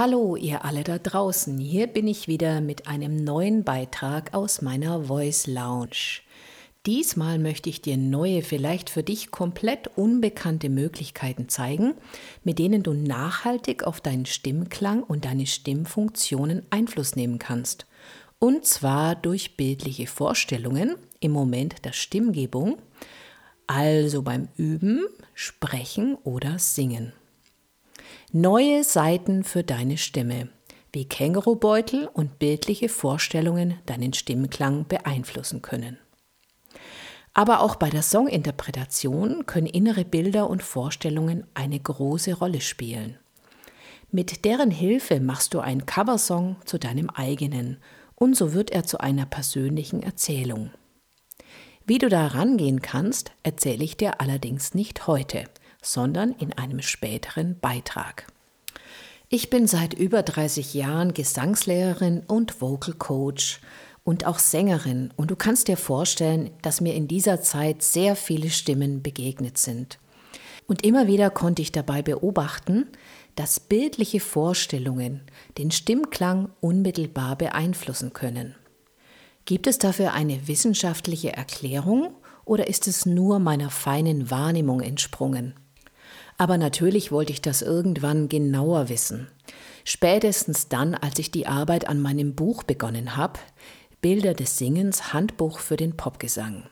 Hallo ihr alle da draußen, hier bin ich wieder mit einem neuen Beitrag aus meiner Voice Lounge. Diesmal möchte ich dir neue, vielleicht für dich komplett unbekannte Möglichkeiten zeigen, mit denen du nachhaltig auf deinen Stimmklang und deine Stimmfunktionen Einfluss nehmen kannst. Und zwar durch bildliche Vorstellungen im Moment der Stimmgebung, also beim Üben, Sprechen oder Singen. Neue Seiten für deine Stimme, wie Kängurubeutel und bildliche Vorstellungen deinen Stimmklang beeinflussen können. Aber auch bei der Songinterpretation können innere Bilder und Vorstellungen eine große Rolle spielen. Mit deren Hilfe machst du einen Coversong zu deinem eigenen und so wird er zu einer persönlichen Erzählung. Wie du da rangehen kannst, erzähle ich dir allerdings nicht heute, sondern in einem späteren Beitrag. Ich bin seit über 30 Jahren Gesangslehrerin und Vocal Coach und auch Sängerin und du kannst dir vorstellen, dass mir in dieser Zeit sehr viele Stimmen begegnet sind. Und immer wieder konnte ich dabei beobachten, dass bildliche Vorstellungen den Stimmklang unmittelbar beeinflussen können. Gibt es dafür eine wissenschaftliche Erklärung oder ist es nur meiner feinen Wahrnehmung entsprungen? Aber natürlich wollte ich das irgendwann genauer wissen. Spätestens dann, als ich die Arbeit an meinem Buch begonnen habe, Bilder des Singens, Handbuch für den Popgesang.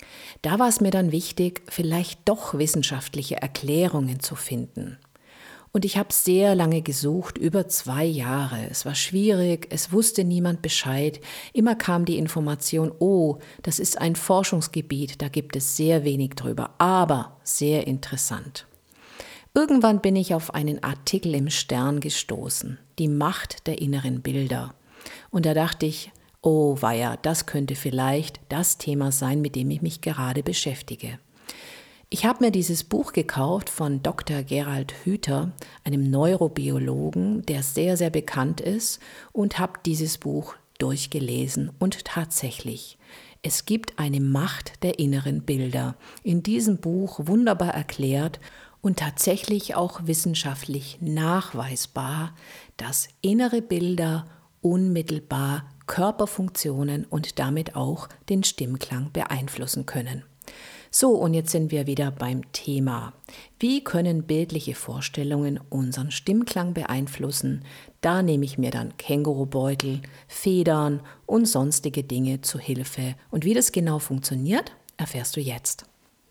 Da war es mir dann wichtig, vielleicht doch wissenschaftliche Erklärungen zu finden. Und ich habe sehr lange gesucht, über 2 Jahre. Es war schwierig, es wusste niemand Bescheid. Immer kam die Information, oh, das ist ein Forschungsgebiet, da gibt es sehr wenig drüber, aber sehr interessant. Irgendwann bin ich auf einen Artikel im Stern gestoßen, die Macht der inneren Bilder. Und da dachte ich, oh weia, das könnte vielleicht das Thema sein, mit dem ich mich gerade beschäftige. Ich habe mir dieses Buch gekauft von Dr. Gerald Hüther, einem Neurobiologen, der sehr, sehr bekannt ist, und habe dieses Buch durchgelesen. Und tatsächlich, es gibt eine Macht der inneren Bilder. In diesem Buch wunderbar erklärt und tatsächlich auch wissenschaftlich nachweisbar, dass innere Bilder unmittelbar Körperfunktionen und damit auch den Stimmklang beeinflussen können. So, und jetzt sind wir wieder beim Thema. Wie können bildliche Vorstellungen unseren Stimmklang beeinflussen? Da nehme ich mir dann Kängurubeutel, Federn und sonstige Dinge zu Hilfe. Und wie das genau funktioniert, erfährst du jetzt.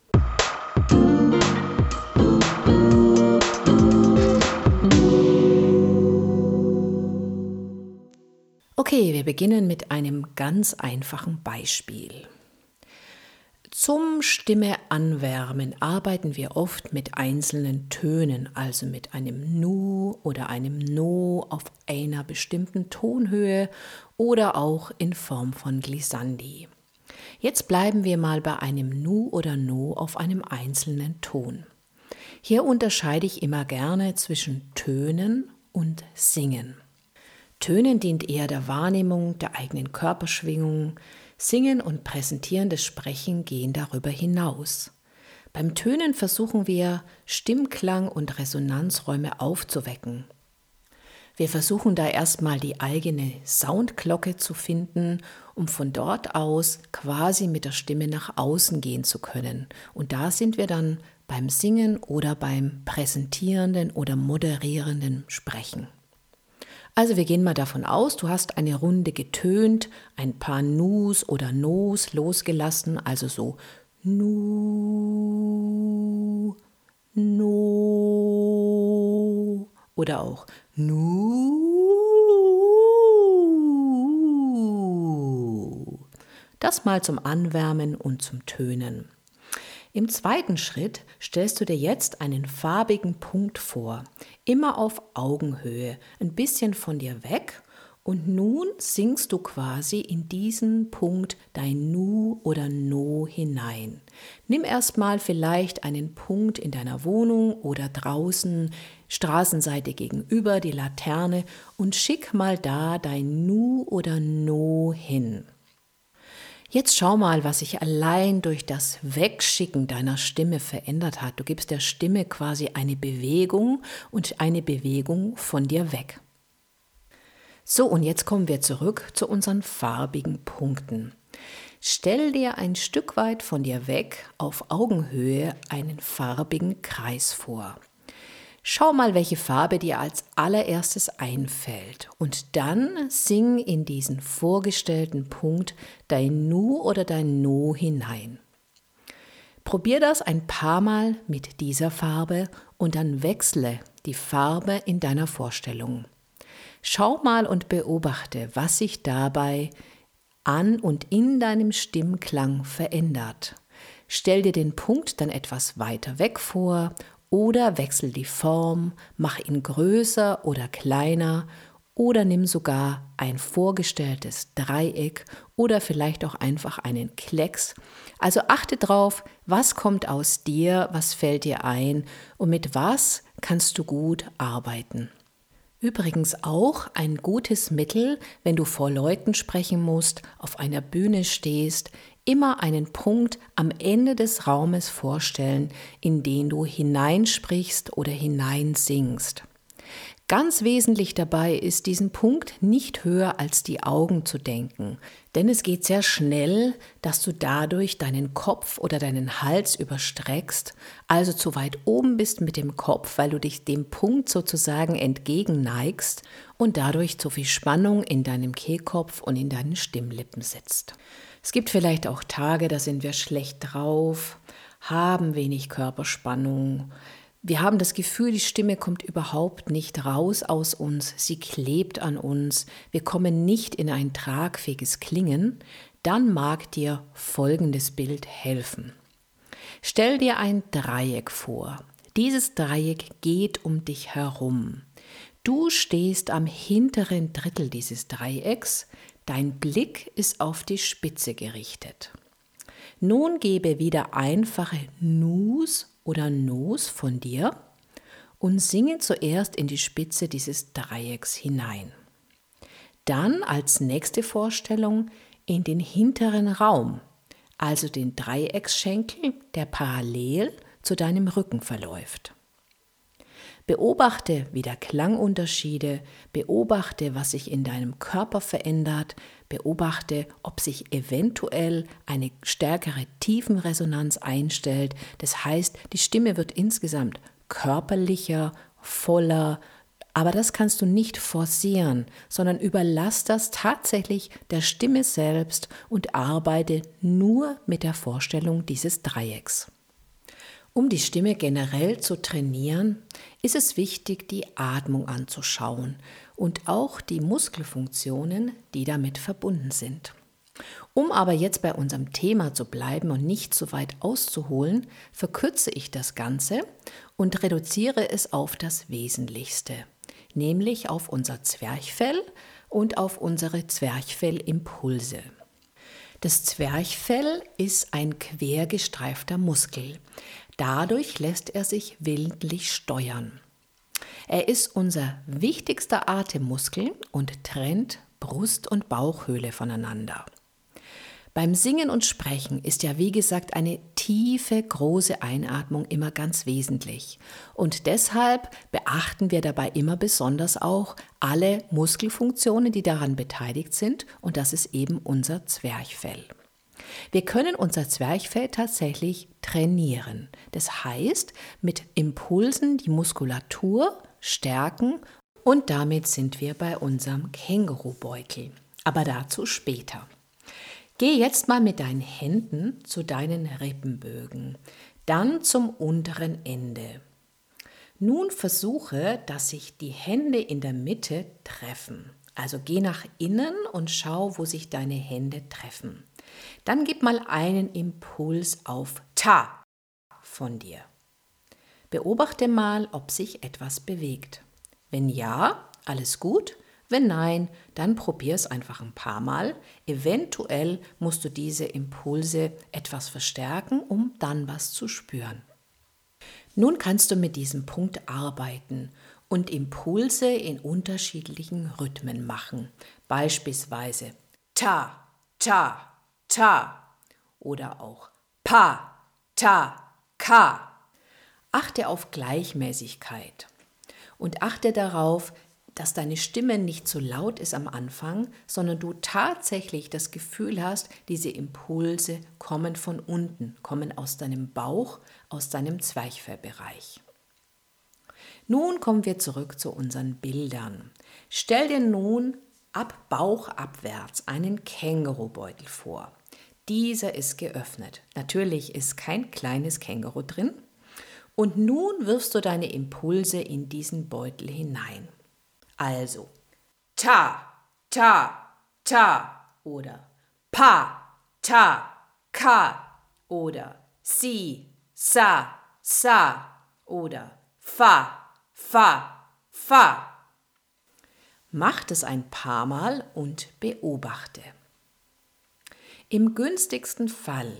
Okay, wir beginnen mit einem ganz einfachen Beispiel. Zum Stimme anwärmen arbeiten wir oft mit einzelnen Tönen, also mit einem Nu oder einem No auf einer bestimmten Tonhöhe oder auch in Form von Glissandi. Jetzt bleiben wir mal bei einem Nu oder No auf einem einzelnen Ton. Hier unterscheide ich immer gerne zwischen Tönen und Singen. Tönen dient eher der Wahrnehmung der eigenen Körperschwingung. Singen und präsentierendes Sprechen gehen darüber hinaus. Beim Tönen versuchen wir, Stimmklang und Resonanzräume aufzuwecken. Wir versuchen da erstmal die eigene Soundglocke zu finden, um von dort aus quasi mit der Stimme nach außen gehen zu können. Und da sind wir dann beim Singen oder beim präsentierenden oder moderierenden Sprechen. Also wir gehen mal davon aus, du hast eine Runde getönt, ein paar Nus oder Nos losgelassen, also so Nu, No oder auch Nu. Das mal zum Anwärmen und zum Tönen. Im zweiten Schritt stellst du dir jetzt einen farbigen Punkt vor, immer auf Augenhöhe, ein bisschen von dir weg und nun singst du quasi in diesen Punkt dein Nu oder No hinein. Nimm erstmal vielleicht einen Punkt in deiner Wohnung oder draußen, Straßenseite gegenüber, die Laterne und schick mal da dein Nu oder No hin. Jetzt schau mal, was sich allein durch das Wegschicken deiner Stimme verändert hat. Du gibst der Stimme quasi eine Bewegung und eine Bewegung von dir weg. So, und jetzt kommen wir zurück zu unseren farbigen Punkten. Stell dir ein Stück weit von dir weg auf Augenhöhe einen farbigen Kreis vor. Schau mal, welche Farbe dir als allererstes einfällt und dann sing in diesen vorgestellten Punkt dein Nu oder dein No hinein. Probier das ein paar Mal mit dieser Farbe und dann wechsle die Farbe in deiner Vorstellung. Schau mal und beobachte, was sich dabei an und in deinem Stimmklang verändert. Stell dir den Punkt dann etwas weiter weg vor oder wechsel die Form, mach ihn größer oder kleiner oder nimm sogar ein vorgestelltes Dreieck oder vielleicht auch einfach einen Klecks. Also achte drauf, was kommt aus dir, was fällt dir ein und mit was kannst du gut arbeiten. Übrigens auch ein gutes Mittel, wenn du vor Leuten sprechen musst, auf einer Bühne stehst, immer einen Punkt am Ende des Raumes vorstellen, in den du hineinsprichst oder hineinsingst. Ganz wesentlich dabei ist, diesen Punkt nicht höher als die Augen zu denken, denn es geht sehr schnell, dass du dadurch deinen Kopf oder deinen Hals überstreckst, also zu weit oben bist mit dem Kopf, weil du dich dem Punkt sozusagen entgegenneigst und dadurch zu viel Spannung in deinem Kehlkopf und in deinen Stimmlippen sitzt. Es gibt vielleicht auch Tage, da sind wir schlecht drauf, haben wenig Körperspannung. Wir haben das Gefühl, die Stimme kommt überhaupt nicht raus aus uns, sie klebt an uns, wir kommen nicht in ein tragfähiges Klingen, dann mag dir folgendes Bild helfen. Stell dir ein Dreieck vor. Dieses Dreieck geht um dich herum. Du stehst am hinteren Drittel dieses Dreiecks, dein Blick ist auf die Spitze gerichtet. Nun gebe wieder einfache Nus oder Nos von dir und singe zuerst in die Spitze dieses Dreiecks hinein. Dann als nächste Vorstellung in den hinteren Raum, also den Dreiecksschenkel, der parallel zu deinem Rücken verläuft. Beobachte wieder Klangunterschiede, beobachte, was sich in deinem Körper verändert, beobachte, ob sich eventuell eine stärkere Tiefenresonanz einstellt. Das heißt, die Stimme wird insgesamt körperlicher, voller, aber das kannst du nicht forcieren, sondern überlass das tatsächlich der Stimme selbst und arbeite nur mit der Vorstellung dieses Dreiecks. Um die Stimme generell zu trainieren, ist es wichtig, die Atmung anzuschauen und auch die Muskelfunktionen, die damit verbunden sind. Um aber jetzt bei unserem Thema zu bleiben und nicht zu weit auszuholen, verkürze ich das Ganze und reduziere es auf das Wesentlichste, nämlich auf unser Zwerchfell und auf unsere Zwerchfellimpulse. Das Zwerchfell ist ein quergestreifter Muskel. Dadurch lässt er sich willentlich steuern. Er ist unser wichtigster Atemmuskel und trennt Brust- und Bauchhöhle voneinander. Beim Singen und Sprechen ist ja wie gesagt eine tiefe, große Einatmung immer ganz wesentlich. Und deshalb beachten wir dabei immer besonders auch alle Muskelfunktionen, die daran beteiligt sind, und das ist eben unser Zwerchfell. Wir können unser Zwerchfell tatsächlich trainieren. Das heißt, mit Impulsen die Muskulatur stärken und damit sind wir bei unserem Kängurubeutel. Aber dazu später. Geh jetzt mal mit deinen Händen zu deinen Rippenbögen, dann zum unteren Ende. Nun versuche, dass sich die Hände in der Mitte treffen. Also geh nach innen und schau, wo sich deine Hände treffen. Dann gib mal einen Impuls auf Ta von dir. Beobachte mal, ob sich etwas bewegt. Wenn ja, alles gut. Wenn nein, dann probier es einfach ein paar Mal. Eventuell musst du diese Impulse etwas verstärken, um dann was zu spüren. Nun kannst du mit diesem Punkt arbeiten und Impulse in unterschiedlichen Rhythmen machen. Beispielsweise Ta, Ta, Ta oder auch Pa, Ta, Ka. Achte auf Gleichmäßigkeit und achte darauf, dass deine Stimme nicht so laut ist am Anfang, sondern du tatsächlich das Gefühl hast, diese Impulse kommen von unten, kommen aus deinem Bauch, aus deinem Zwerchfellbereich. Nun kommen wir zurück zu unseren Bildern. Stell dir nun ab Bauch abwärts einen Kängurubeutel vor. Dieser ist geöffnet. Natürlich ist kein kleines Känguru drin. Und nun wirfst du deine Impulse in diesen Beutel hinein. Also ta, ta, ta oder pa, ta, ka oder si, sa, sa oder fa, fa, fa. Mach es ein paar Mal und beobachte. Im günstigsten Fall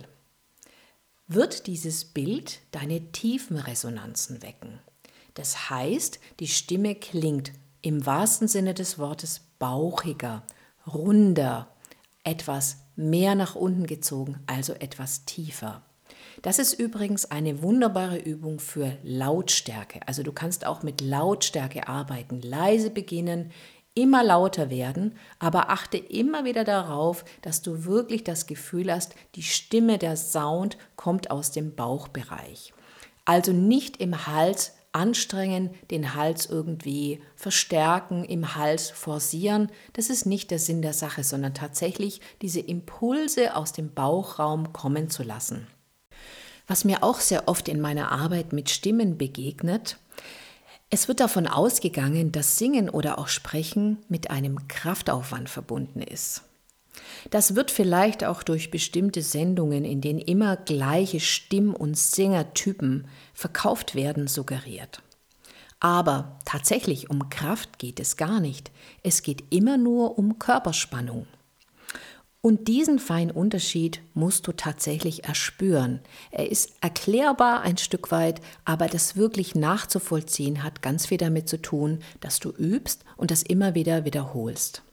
wird dieses Bild deine tiefen Resonanzen wecken. Das heißt, die Stimme klingt im wahrsten Sinne des Wortes bauchiger, runder, etwas mehr nach unten gezogen, also etwas tiefer. Das ist übrigens eine wunderbare Übung für Lautstärke. Also du kannst auch mit Lautstärke arbeiten, leise beginnen, immer lauter werden, aber achte immer wieder darauf, dass du wirklich das Gefühl hast, die Stimme, der Sound kommt aus dem Bauchbereich. Also nicht im Hals anstrengen, den Hals irgendwie verstärken, im Hals forcieren. Das ist nicht der Sinn der Sache, sondern tatsächlich diese Impulse aus dem Bauchraum kommen zu lassen. Was mir auch sehr oft in meiner Arbeit mit Stimmen begegnet, es wird davon ausgegangen, dass Singen oder auch Sprechen mit einem Kraftaufwand verbunden ist. Das wird vielleicht auch durch bestimmte Sendungen, in denen immer gleiche Stimm- und Singertypen verkauft werden, suggeriert. Aber tatsächlich um Kraft geht es gar nicht. Es geht immer nur um Körperspannung. Und diesen feinen Unterschied musst du tatsächlich erspüren. Er ist erklärbar ein Stück weit, aber das wirklich nachzuvollziehen hat ganz viel damit zu tun, dass du übst und das immer wieder wiederholst.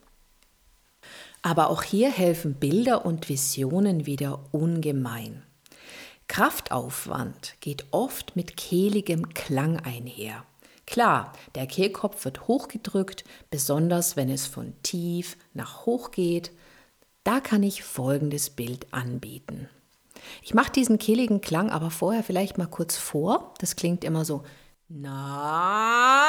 Aber auch hier helfen Bilder und Visionen wieder ungemein. Kraftaufwand geht oft mit kehligem Klang einher. Klar, der Kehlkopf wird hochgedrückt, besonders wenn es von tief nach hoch geht. Da kann ich folgendes Bild anbieten. Ich mache diesen kehligen Klang aber vorher vielleicht mal kurz vor. Das klingt immer so na.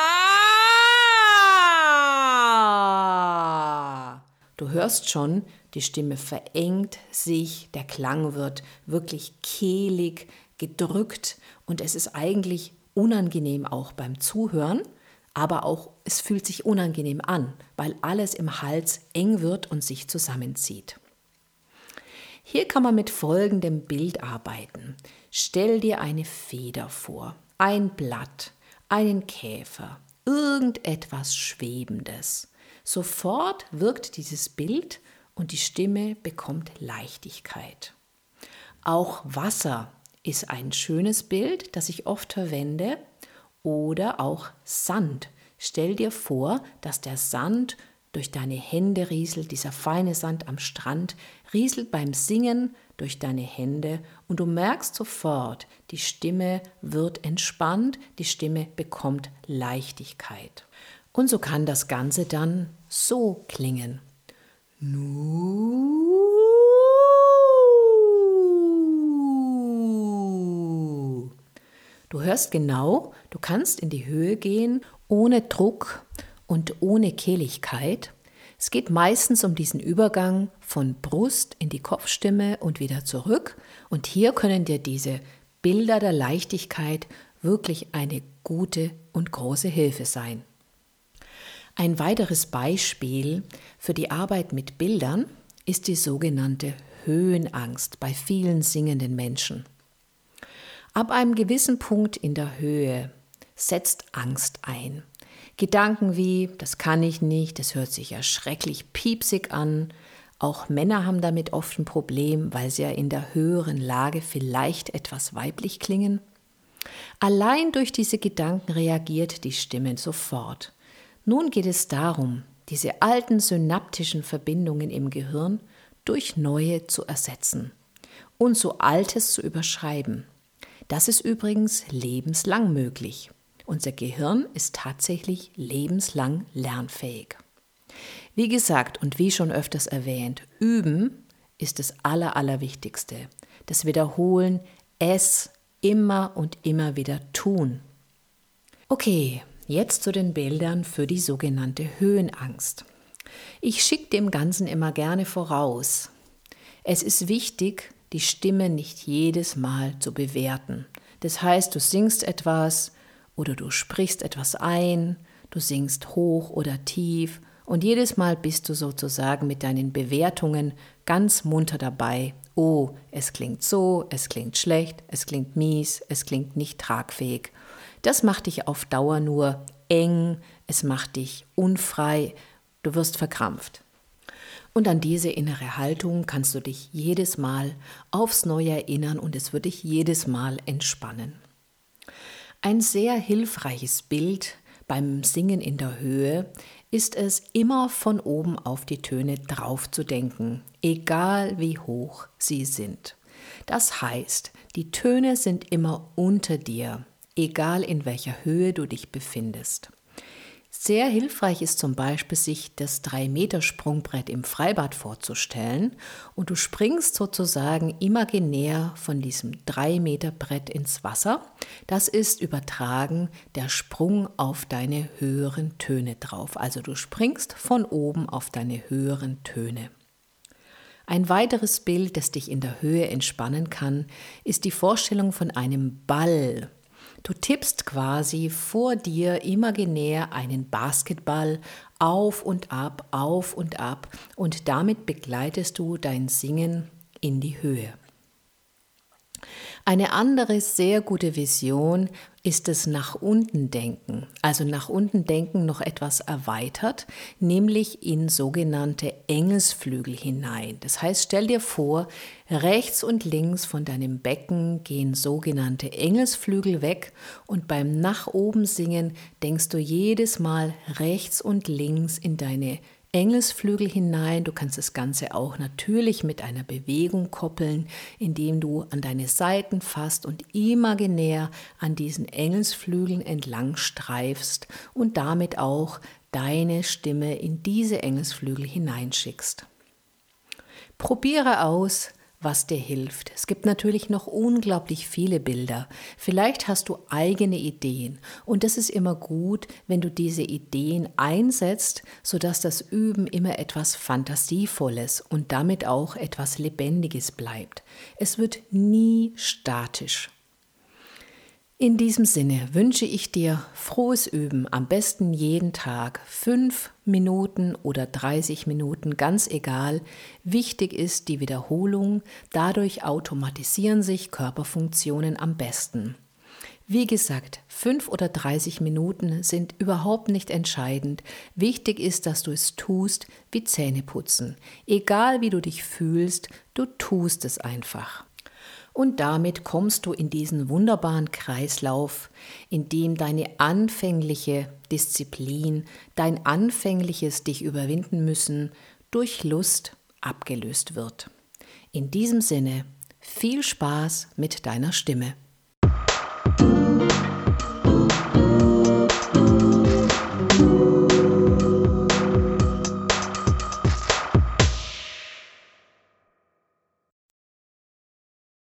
Du hörst schon, die Stimme verengt sich, der Klang wird wirklich kehlig, gedrückt und es ist eigentlich unangenehm auch beim Zuhören, aber auch es fühlt sich unangenehm an, weil alles im Hals eng wird und sich zusammenzieht. Hier kann man mit folgendem Bild arbeiten. Stell dir eine Feder vor, ein Blatt, einen Käfer, irgendetwas Schwebendes. Sofort wirkt dieses Bild und die Stimme bekommt Leichtigkeit. Auch Wasser ist ein schönes Bild, das ich oft verwende, oder auch Sand. Stell dir vor, dass der Sand durch deine Hände rieselt, dieser feine Sand am Strand rieselt beim Singen durch deine Hände und du merkst sofort, die Stimme wird entspannt, die Stimme bekommt Leichtigkeit. Und so kann das Ganze dann so klingen. Du hörst genau, du kannst in die Höhe gehen, ohne Druck und ohne Kehligkeit. Es geht meistens um diesen Übergang von Brust in die Kopfstimme und wieder zurück. Und hier können dir diese Bilder der Leichtigkeit wirklich eine gute und große Hilfe sein. Ein weiteres Beispiel für die Arbeit mit Bildern ist die sogenannte Höhenangst bei vielen singenden Menschen. Ab einem gewissen Punkt in der Höhe setzt Angst ein. Gedanken wie, das kann ich nicht, das hört sich ja schrecklich piepsig an. Auch Männer haben damit oft ein Problem, weil sie ja in der höheren Lage vielleicht etwas weiblich klingen. Allein durch diese Gedanken reagiert die Stimme sofort. Nun geht es darum, diese alten synaptischen Verbindungen im Gehirn durch neue zu ersetzen und so Altes zu überschreiben. Das ist übrigens lebenslang möglich. Unser Gehirn ist tatsächlich lebenslang lernfähig. Wie gesagt und wie schon öfters erwähnt, üben ist das Allerwichtigste. Das Wiederholen, es immer und immer wieder tun. Okay, jetzt zu den Bildern für die sogenannte Höhenangst. Ich schicke dem Ganzen immer gerne voraus. Es ist wichtig, die Stimme nicht jedes Mal zu bewerten. Das heißt, du singst etwas oder du sprichst etwas ein, du singst hoch oder tief und jedes Mal bist du sozusagen mit deinen Bewertungen ganz munter dabei. Oh, es klingt so, es klingt schlecht, es klingt mies, es klingt nicht tragfähig. Das macht dich auf Dauer nur eng, es macht dich unfrei, du wirst verkrampft. Und an diese innere Haltung kannst du dich jedes Mal aufs Neue erinnern und es wird dich jedes Mal entspannen. Ein sehr hilfreiches Bild beim Singen in der Höhe ist es, immer von oben auf die Töne drauf zu denken, egal wie hoch sie sind. Das heißt, die Töne sind immer unter dir, egal in welcher Höhe du dich befindest. Sehr hilfreich ist zum Beispiel, sich das 3-Meter-Sprungbrett im Freibad vorzustellen und du springst sozusagen imaginär von diesem 3-Meter-Brett ins Wasser. Das ist übertragen der Sprung auf deine höheren Töne drauf. Also du springst von oben auf deine höheren Töne. Ein weiteres Bild, das dich in der Höhe entspannen kann, ist die Vorstellung von einem Ball. Du tippst quasi vor dir imaginär einen Basketball auf und ab und damit begleitest du dein Singen in die Höhe. Eine andere sehr gute Vision ist das nach unten denken, also nach unten denken noch etwas erweitert, nämlich in sogenannte Engelsflügel hinein. Das heißt, stell dir vor, rechts und links von deinem Becken gehen sogenannte Engelsflügel weg und beim nach oben singen denkst du jedes Mal rechts und links in deine Engelsflügel hinein. Du kannst das Ganze auch natürlich mit einer Bewegung koppeln, indem du an deine Saiten fasst und imaginär an diesen Engelsflügeln entlang streifst und damit auch deine Stimme in diese Engelsflügel hineinschickst. Probiere aus, was dir hilft. Es gibt natürlich noch unglaublich viele Bilder. Vielleicht hast du eigene Ideen und es ist immer gut, wenn du diese Ideen einsetzt, sodass das Üben immer etwas Fantasievolles und damit auch etwas Lebendiges bleibt. Es wird nie statisch. In diesem Sinne wünsche ich dir frohes Üben, am besten jeden Tag 5 Minuten oder 30 Minuten, ganz egal. Wichtig ist die Wiederholung, dadurch automatisieren sich Körperfunktionen am besten. Wie gesagt, 5 oder 30 Minuten sind überhaupt nicht entscheidend. Wichtig ist, dass du es tust wie Zähneputzen. Egal wie du dich fühlst, du tust es einfach. Und damit kommst du in diesen wunderbaren Kreislauf, in dem deine anfängliche Disziplin, dein anfängliches dich überwinden müssen, durch Lust abgelöst wird. In diesem Sinne, viel Spaß mit deiner Stimme.